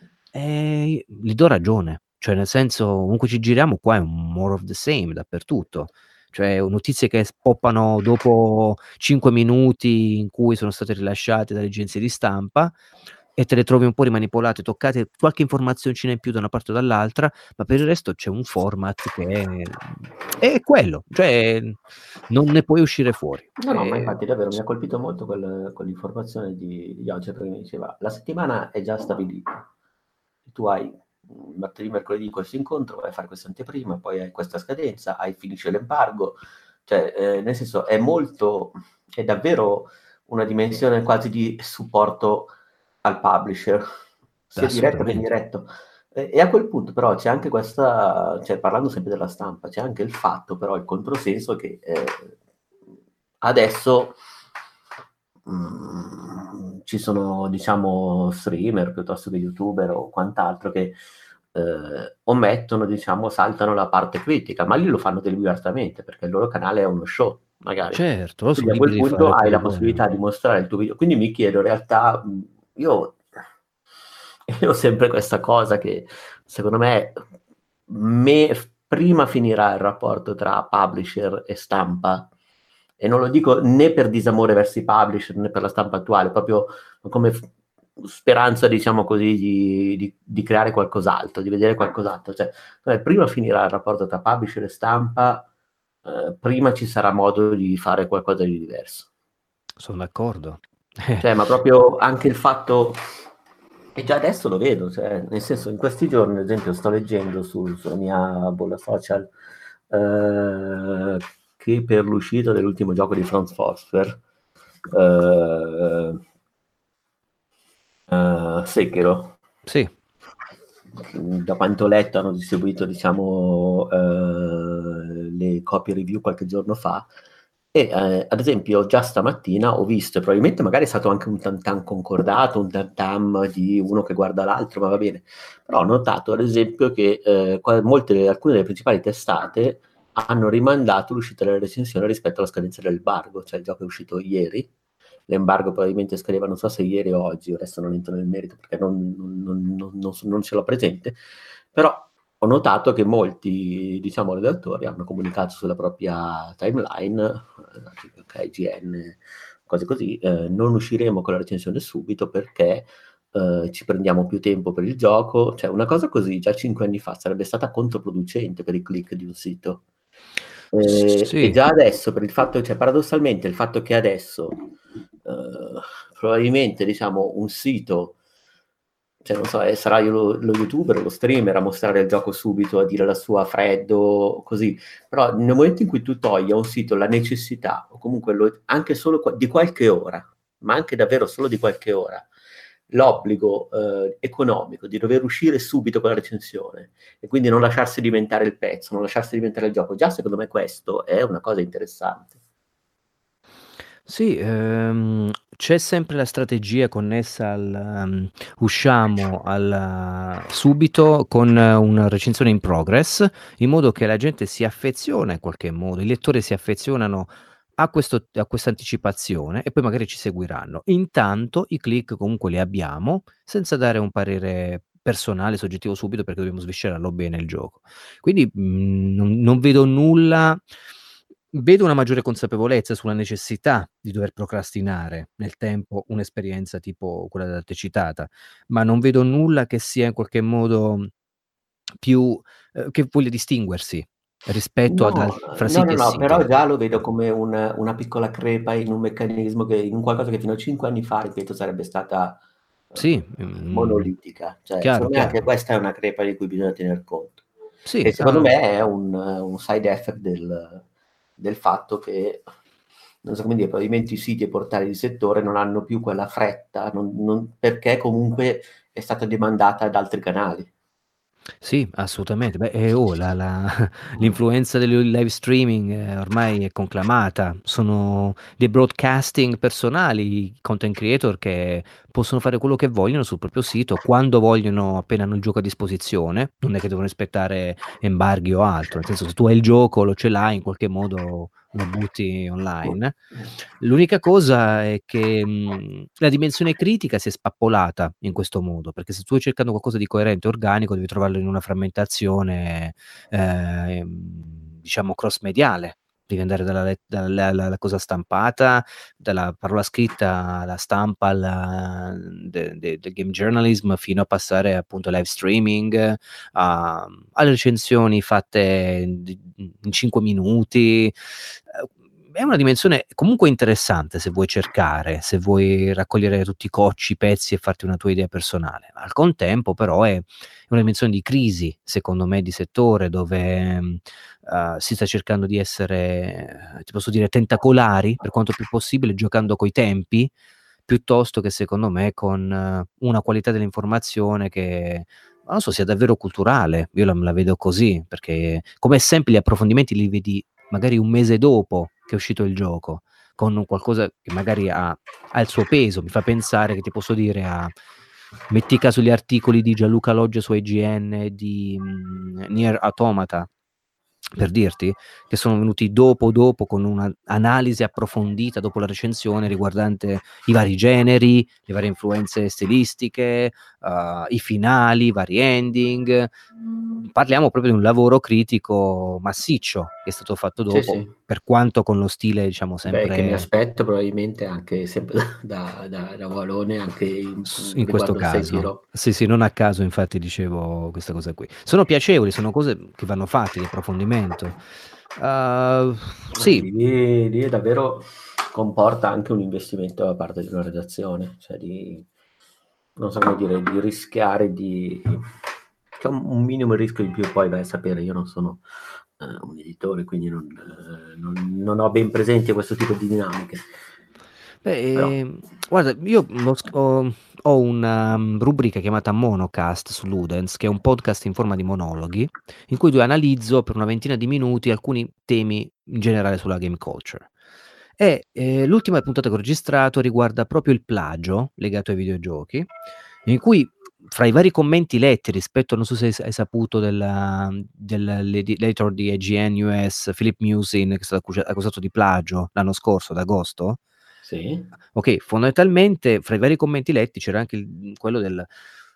Gli do ragione, cioè nel senso, ovunque ci giriamo qua è un more of the same dappertutto. Cioè notizie che poppano dopo 5 minuti in cui sono state rilasciate dalle agenzie di stampa e te le trovi un po' rimanipolate, toccate, qualche informazioncina in più da una parte o dall'altra, ma per il resto c'è un format che è quello, cioè non ne puoi uscire fuori. No, no, ma infatti davvero mi ha colpito molto quell'informazione di oggi, perché mi diceva la settimana è già stabilita. Tu hai martedì, mercoledì questo incontro, vai a fare questa anteprima, poi hai questa scadenza, finisce l'embargo, cioè nel senso è davvero una dimensione quasi di supporto al publisher, sia diretto che Assolutamente. indiretto. E a quel punto però c'è anche questa, cioè parlando sempre della stampa, c'è anche il fatto però, il controsenso che adesso ci sono, diciamo, streamer piuttosto che youtuber o quant'altro che omettono, diciamo, saltano la parte critica, ma lì lo fanno deliberatamente perché il loro canale è uno show, magari. Certo, loro sono Quindi a quel liberi di punto fare hai quello la che vogliono. possibilità di mostrare il tuo video. Quindi mi chiedo, in realtà, io ho sempre questa cosa che secondo me prima finirà il rapporto tra publisher e stampa, e non lo dico né per disamore verso i publisher né per la stampa attuale, proprio come speranza, diciamo così, di creare qualcos'altro, di vedere qualcos'altro. Cioè, prima finirà il rapporto tra publisher e stampa, prima ci sarà modo di fare qualcosa di diverso. Sono d'accordo. Cioè, ma proprio anche il fatto, e già adesso lo vedo, cioè, nel senso, in questi giorni, ad esempio, sto leggendo sulla mia bolla social che per l'uscita dell'ultimo gioco di From Software, Sekiro, Sì. da quanto ho letto hanno distribuito, diciamo, le copie review qualche giorno fa, e ad esempio già stamattina ho visto, e probabilmente magari è stato anche un tam concordato, un tam di uno che guarda l'altro, ma va bene, però ho notato ad esempio che alcune delle principali testate hanno rimandato l'uscita delle recensioni rispetto alla scadenza dell'embargo, cioè il gioco è uscito ieri, l'embargo probabilmente scadeva, non so se ieri o oggi, adesso non entro nel merito perché non ce l'ho presente, però ho notato che molti, diciamo, redattori hanno comunicato sulla propria timeline, tipo IGN, cose così, non usciremo con la recensione subito perché ci prendiamo più tempo per il gioco. Cioè, una cosa così già 5 anni fa sarebbe stata controproducente per i click di un sito. E Sì, già adesso, per il fatto, cioè, paradossalmente, il fatto che adesso probabilmente, diciamo, un sito, cioè, non so, sarà lo youtuber o lo streamer a mostrare il gioco subito, a dire la sua a freddo, così. Però nel momento in cui tu togli a un sito la necessità, o comunque anche solo di qualche ora, ma anche davvero solo di qualche ora, l'obbligo economico di dover uscire subito con la recensione e quindi non lasciarsi diventare il pezzo, non lasciarsi diventare il gioco, già secondo me questo è una cosa interessante. sì, c'è sempre la strategia connessa al usciamo subito con una recensione in progress, in modo che la gente si affeziona in qualche modo, i lettori si affezionano a questa anticipazione e poi magari ci seguiranno. Intanto i click comunque li abbiamo, senza dare un parere personale, soggettivo subito, perché dobbiamo sviscerarlo bene il gioco. Quindi, non vedo nulla. Vedo una maggiore consapevolezza sulla necessità di dover procrastinare nel tempo un'esperienza tipo quella da te citata, ma non vedo nulla che sia in qualche modo più che voglia distinguersi rispetto ad al No, fra no, siti no, e no, però siti. già lo vedo come una piccola crepa in un meccanismo in un qualcosa che fino a 5 anni fa, ripeto, sarebbe stata Sì, monolitica. Cioè, chiaro, secondo me anche chiaro. questa è una crepa di cui bisogna tener conto. Sì, E secondo me è un side effect del fatto che, non so come dire, probabilmente i siti e i portali di settore non hanno più quella fretta, perché comunque è stata demandata ad altri canali. sì, assolutamente. Beh, l'influenza del live streaming, ormai è conclamata. Sono dei broadcasting personali, i content creator che possono fare quello che vogliono sul proprio sito, quando vogliono, appena hanno il gioco a disposizione. Non è che devono aspettare embarghi o altro, nel senso, se tu hai il gioco, ce l'hai, in qualche modo lo butti online. L'unica cosa è che, la dimensione critica si è spappolata in questo modo, perché se tu stai cercando qualcosa di coerente e organico devi trovarlo in una frammentazione, diciamo cross-mediale. Devi andare dalla cosa stampata, dalla parola scritta alla stampa, del game journalism, fino a passare appunto al live streaming, alle recensioni fatte in 5 minuti. È una dimensione comunque interessante se vuoi cercare, se vuoi raccogliere tutti i cocci, i pezzi e farti una tua idea personale. Al contempo però è una dimensione di crisi, secondo me, di settore dove, si sta cercando di essere, ti posso dire, tentacolari per quanto più possibile, giocando coi tempi, piuttosto che secondo me con una qualità dell'informazione che, non so, sia davvero culturale. Io la vedo così, perché come sempre gli approfondimenti li vedi magari un mese dopo che è uscito il gioco, con un qualcosa che magari ha il suo peso. Mi fa pensare che ti posso dire metti caso gli articoli di Gianluca Loggia su IGN di Nier Automata, per dirti, che sono venuti dopo con una analisi approfondita dopo la recensione riguardante i vari generi, le varie influenze stilistiche, i finali, i vari ending. Parliamo proprio di un lavoro critico massiccio che è stato fatto Sì, dopo, sì. per quanto con lo stile, diciamo, Beh, che mi sempre aspetto probabilmente anche sempre da Walone, anche in questo riguardo caso. Sekiro. Sì, sì, non a caso infatti dicevo questa cosa qui. Sono piacevoli, sono cose che vanno fatte di approfondimento. Sì. Lì davvero comporta anche un investimento da parte di una redazione, cioè non so come dire, di rischiare c'è un minimo rischio in più, poi vai a sapere, io non sono un editore, quindi non ho ben presenti questo tipo di dinamiche. Beh, Però, guarda, io ho una rubrica chiamata Monocast su Ludens, che è un podcast in forma di monologhi, in cui io analizzo per una ventina di minuti alcuni temi in generale sulla game culture. E l'ultima puntata che ho registrato riguarda proprio il plagio legato ai videogiochi, in cui fra i vari commenti letti rispetto, non so se hai saputo dell'editor di IGN US, Philip Musin, che è stato accusato di plagio l'anno scorso, ad agosto. sì. Okay, fondamentalmente fra i vari commenti letti c'era anche quello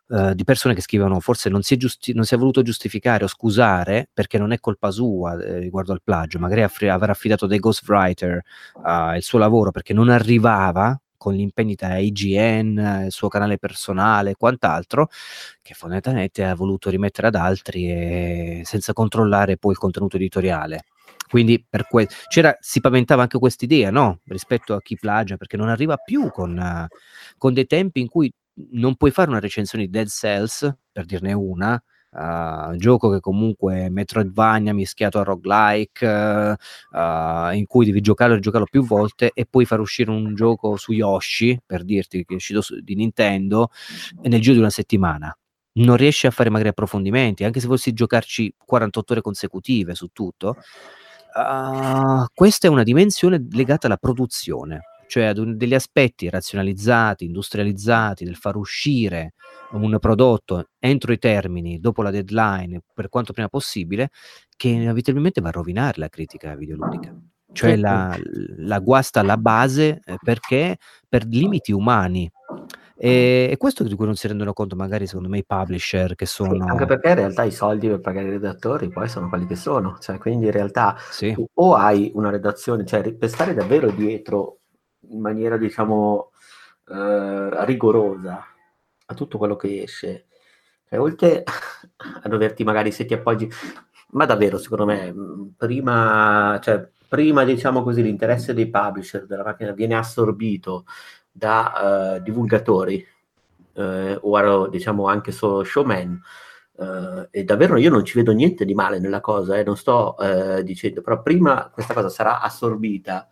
di persone che scrivono forse non si è voluto giustificare o scusare perché non è colpa sua riguardo al plagio, magari aver affidato dei ghostwriter il suo lavoro perché non arrivava con gli impegni da IGN, il suo canale personale e quant'altro, che fondamentalmente ha voluto rimettere ad altri e senza controllare poi il contenuto editoriale. Quindi si paventava anche quest'idea, no? Rispetto a chi plagia, perché non arriva più con dei tempi in cui non puoi fare una recensione di Dead Cells, per dirne una, gioco che comunque è Metroidvania mischiato a roguelike, in cui devi giocarlo e giocarlo più volte, e poi far uscire un gioco su Yoshi, per dirti che è uscito di Nintendo, nel giro di una settimana. Non riesci a fare magari approfondimenti, anche se volessi giocarci 48 ore consecutive su tutto. Questa è una dimensione legata alla produzione, cioè ad degli aspetti razionalizzati, industrializzati, del far uscire un prodotto entro i termini, dopo la deadline, per quanto prima possibile, che inevitabilmente va a rovinare la critica videoludica. Cioè la guasta alla base, perché per limiti umani. E questo di cui non si rendono conto magari secondo me i publisher, che Sì, anche sono perché in realtà i soldi per pagare i redattori poi sono quelli che sono, cioè quindi in realtà sì, tu o hai una redazione, cioè per stare davvero dietro in maniera diciamo rigorosa a tutto quello che esce, cioè, oltre a doverti magari, se ti appoggi, ma davvero secondo me prima diciamo così l'interesse dei publisher della macchina viene assorbito da divulgatori o diciamo anche solo showman, e davvero io non ci vedo niente di male nella cosa, non sto dicendo, però prima questa cosa sarà assorbita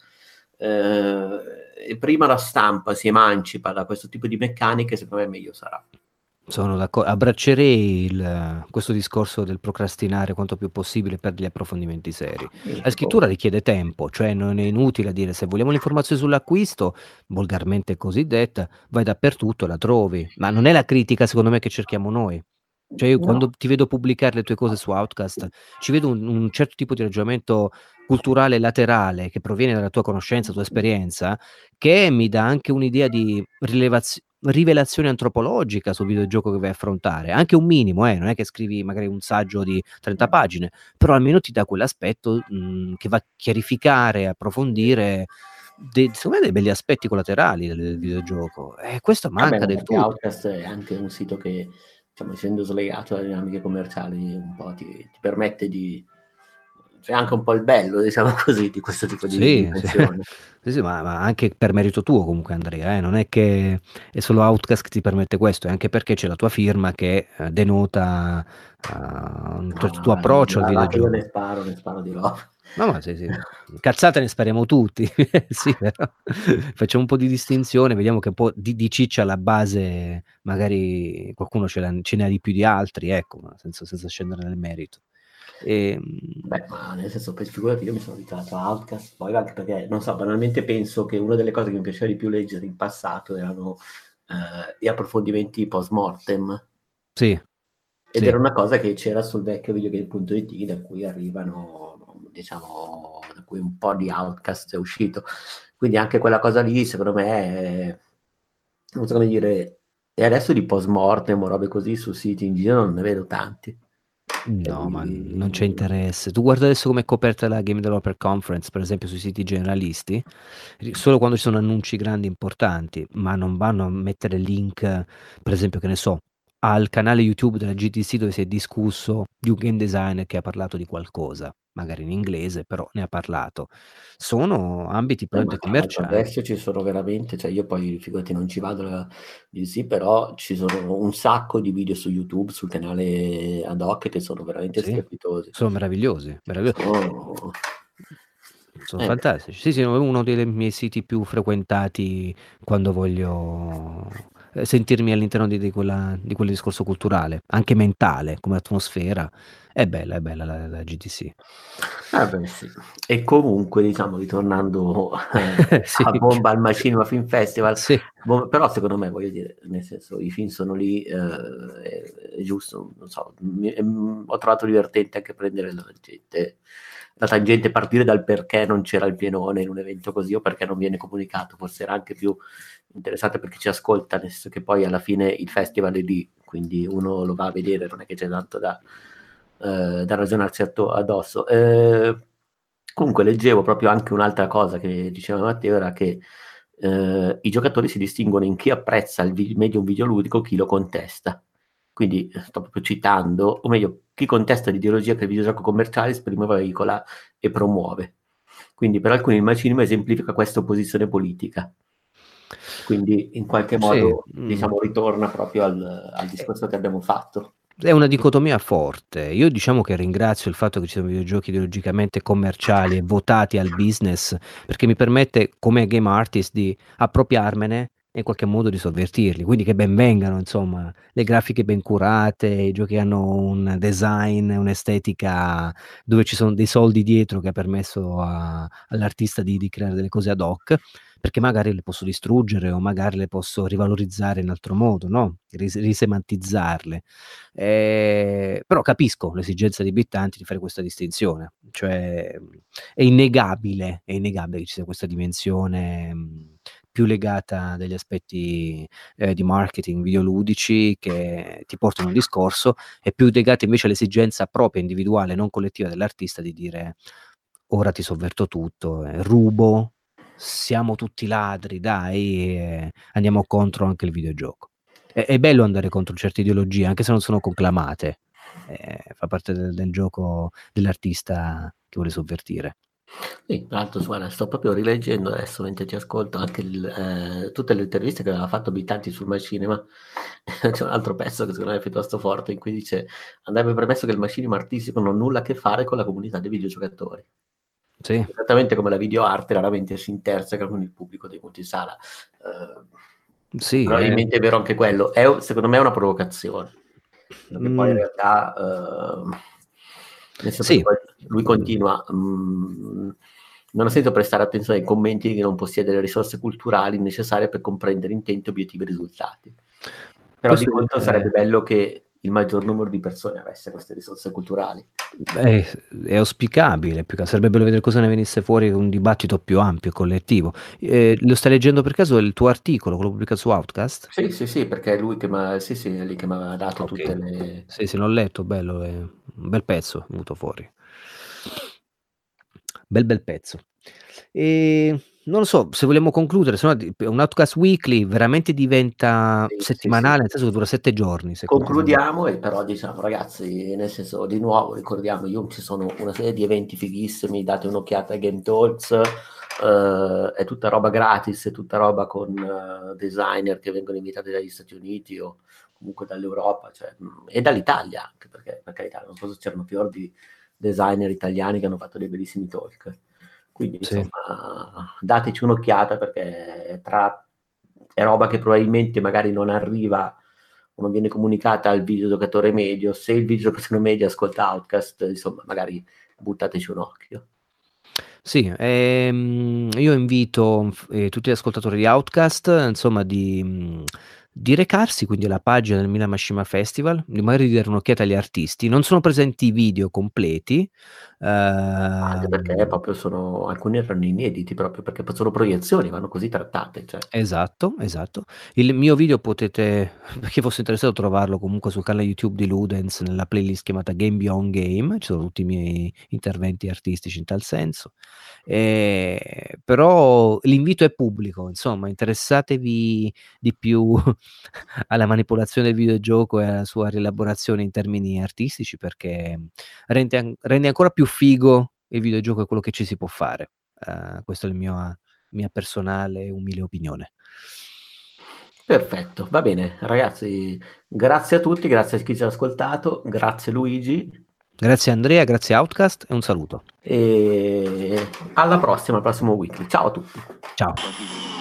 e prima la stampa si emancipa da questo tipo di meccaniche, secondo me meglio sarà. Sono d'accordo, abbraccerei questo discorso del procrastinare quanto più possibile per gli approfondimenti seri. La scrittura richiede tempo, cioè non è inutile dire se vogliamo l'informazione sull'acquisto, volgarmente così detta, vai dappertutto e la trovi, ma non è la critica secondo me che cerchiamo noi. Cioè io quando ti vedo pubblicare le tue cose su Outcast, ci vedo un certo tipo di ragionamento culturale laterale che proviene dalla tua conoscenza, tua esperienza, che mi dà anche un'idea di rivelazione antropologica sul videogioco che vai a affrontare, anche un minimo, non è che scrivi magari un saggio di 30 pagine, però almeno ti dà quell'aspetto che va a chiarificare, approfondire secondo me dei belli aspetti collaterali del videogioco, e questo manca del tutto. Outcast è anche un sito che, diciamo, essendo slegato dalle dinamiche commerciali, un po' ti permette di, c'è anche un po' il bello, diciamo così, di questo tipo di dimensione. Sì, ma anche per merito tuo comunque Andrea, non è che è solo Outcast che ti permette questo, è anche perché c'è la tua firma che denota un tuo approccio al videogioco. Io ne sparo di roba. No, sì. Cazzate ne spariamo tutti. Sì, però facciamo un po' di distinzione, vediamo che un po' di ciccia alla base, magari qualcuno ce ne ha di più di altri, ecco, ma senza scendere nel merito. Beh, ma nel senso, per figurati, io mi sono ritrovato a Outcast, poi anche perché, non so, banalmente penso che una delle cose che mi piaceva di più leggere in passato erano gli approfondimenti post-mortem. Sì. Ed era una cosa che c'era sul vecchio videogame.it, da cui arrivano, diciamo, da cui un po' di Outcast è uscito. Quindi anche quella cosa lì, secondo me, non so come dire, e adesso di post-mortem o robe così su siti in giro non ne vedo tanti. No, ma non c'è interesse. Tu guarda adesso come è coperta la Game Developer Conference, per esempio sui siti generalisti, solo quando ci sono annunci grandi importanti, ma non vanno a mettere link, per esempio, che ne so, al canale YouTube della GDC dove si è discusso di un game designer che ha parlato di qualcosa, magari in inglese, però ne ha parlato. Sono ambiti probabilmente commerciali. Adesso ci sono veramente, cioè io poi figurati non ci vado alla GDC, però ci sono un sacco di video su YouTube, sul canale ad hoc, che sono veramente strepitosi. Sono meravigliosi. Sono fantastici. Sì, è uno dei miei siti più frequentati quando voglio sentirmi all'interno di quel discorso culturale, anche mentale, come atmosfera. È bella la GDC. Beh, sì. E comunque, diciamo, ritornando Sì, a bomba al Machinima Film Festival, sì. però secondo me, voglio dire, nel senso, i film sono lì, è giusto, non so, ho trovato divertente anche prendere la tangente, partire dal perché non c'era il pienone in un evento così o perché non viene comunicato, forse era anche più interessante per chi ci ascolta, nel senso che poi alla fine il festival è lì, quindi uno lo va a vedere, non è che c'è tanto da ragionarsi addosso. Comunque leggevo proprio anche un'altra cosa che diceva Matteo, era che i giocatori si distinguono in chi apprezza il medium videoludico, chi lo contesta. Quindi sto proprio citando, o meglio, chi contesta l'ideologia che il videogioco commerciale esprime, veicola e promuove. Quindi per alcuni il Machinima esemplifica questa opposizione politica. Quindi in qualche Sì, modo, diciamo, ritorna proprio al discorso che abbiamo fatto. è una dicotomia forte. Io diciamo che ringrazio il fatto che ci siano videogiochi ideologicamente commerciali e votati al business, perché mi permette come game artist di appropriarmene e in qualche modo di sovvertirli. Quindi che ben vengano, insomma, le grafiche ben curate, i giochi che hanno un design, un'estetica dove ci sono dei soldi dietro che ha permesso all'artista di creare delle cose ad hoc, perché magari le posso distruggere o magari le posso rivalorizzare in altro modo, no? Risemantizzarle. Però capisco l'esigenza dei bittanti di fare questa distinzione, cioè è innegabile che ci sia questa dimensione più legata a degli aspetti di marketing videoludici che ti portano a un discorso, e più legata invece all'esigenza propria, individuale, non collettiva dell'artista di dire ora ti sovverto tutto, rubo, siamo tutti ladri, dai, andiamo contro anche il videogioco. È bello andare contro certe ideologie, anche se non sono conclamate, fa parte del gioco dell'artista che vuole sovvertire. Sì, tra l'altro, guarda, sto proprio rileggendo adesso mentre ti ascolto anche tutte le interviste che aveva fatto Bitanti sul Machinima. C'è un altro pezzo che secondo me è piuttosto forte, in cui dice: andrebbe premesso che il machinima artistico non ha nulla a che fare con la comunità dei videogiocatori. Sì. Esattamente come la videoarte raramente si interseca con il pubblico dei multisala. Sì, Probabilmente è vero anche quello. Secondo me è una provocazione. Perché poi in realtà nel senso sì. che poi lui continua, non ha senso prestare attenzione ai commenti di chi non possiede le risorse culturali necessarie per comprendere intenti, obiettivi e risultati. Però di contro sarebbe bello che il maggior numero di persone avesse queste risorse culturali. È auspicabile, sarebbe bello vedere cosa ne venisse fuori, un dibattito più ampio, collettivo. Lo stai leggendo per caso il tuo articolo, quello pubblicato su Outcast? Sì, perché è lui che è lì che mi aveva dato tutte le... Sì, l'ho letto, bello, è un bel pezzo venuto fuori. Bel pezzo. Non lo so, se vogliamo concludere, sennò un Outcast Weekly veramente diventa settimanale, nel senso che dura 7 giorni. Concludiamo, e però diciamo, ragazzi, nel senso, di nuovo ricordiamo, ci sono una serie di eventi fighissimi, date un'occhiata ai Game Talks, è tutta roba gratis, è tutta roba con designer che vengono invitati dagli Stati Uniti o comunque dall'Europa, cioè, e dall'Italia, anche perché per carità non so se c'erano fior di designer italiani che hanno fatto dei bellissimi talk. Quindi insomma, dateci un'occhiata, perché è roba che probabilmente magari non arriva o non viene comunicata al videogiocatore medio. Se il videogiocatore medio ascolta Outcast, insomma, magari buttateci un occhio. Sì, io invito tutti gli ascoltatori di Outcast, insomma, di recarsi quindi alla pagina del Milan Machinima Festival, magari di dare un'occhiata agli artisti. Non sono presenti video completi. Anche perché proprio alcuni erano inediti, proprio perché sono proiezioni, vanno così trattate. Cioè. Esatto. Il mio video potete, per chi fosse interessato, trovarlo comunque sul canale YouTube di Ludens, nella playlist chiamata Game Beyond Game, ci sono tutti i miei interventi artistici in tal senso. Però l'invito è pubblico, insomma, interessatevi di più alla manipolazione del videogioco e alla sua rielaborazione in termini artistici, perché rende ancora più figo il videogioco e quello che ci si può fare. Questa è la mia personale e umile opinione. Perfetto, va bene, ragazzi, grazie a tutti, grazie a chi ci ha ascoltato, grazie Luigi. Grazie Andrea, grazie Outcast e un saluto. E alla prossima, al prossimo weekly. Ciao a tutti. Ciao.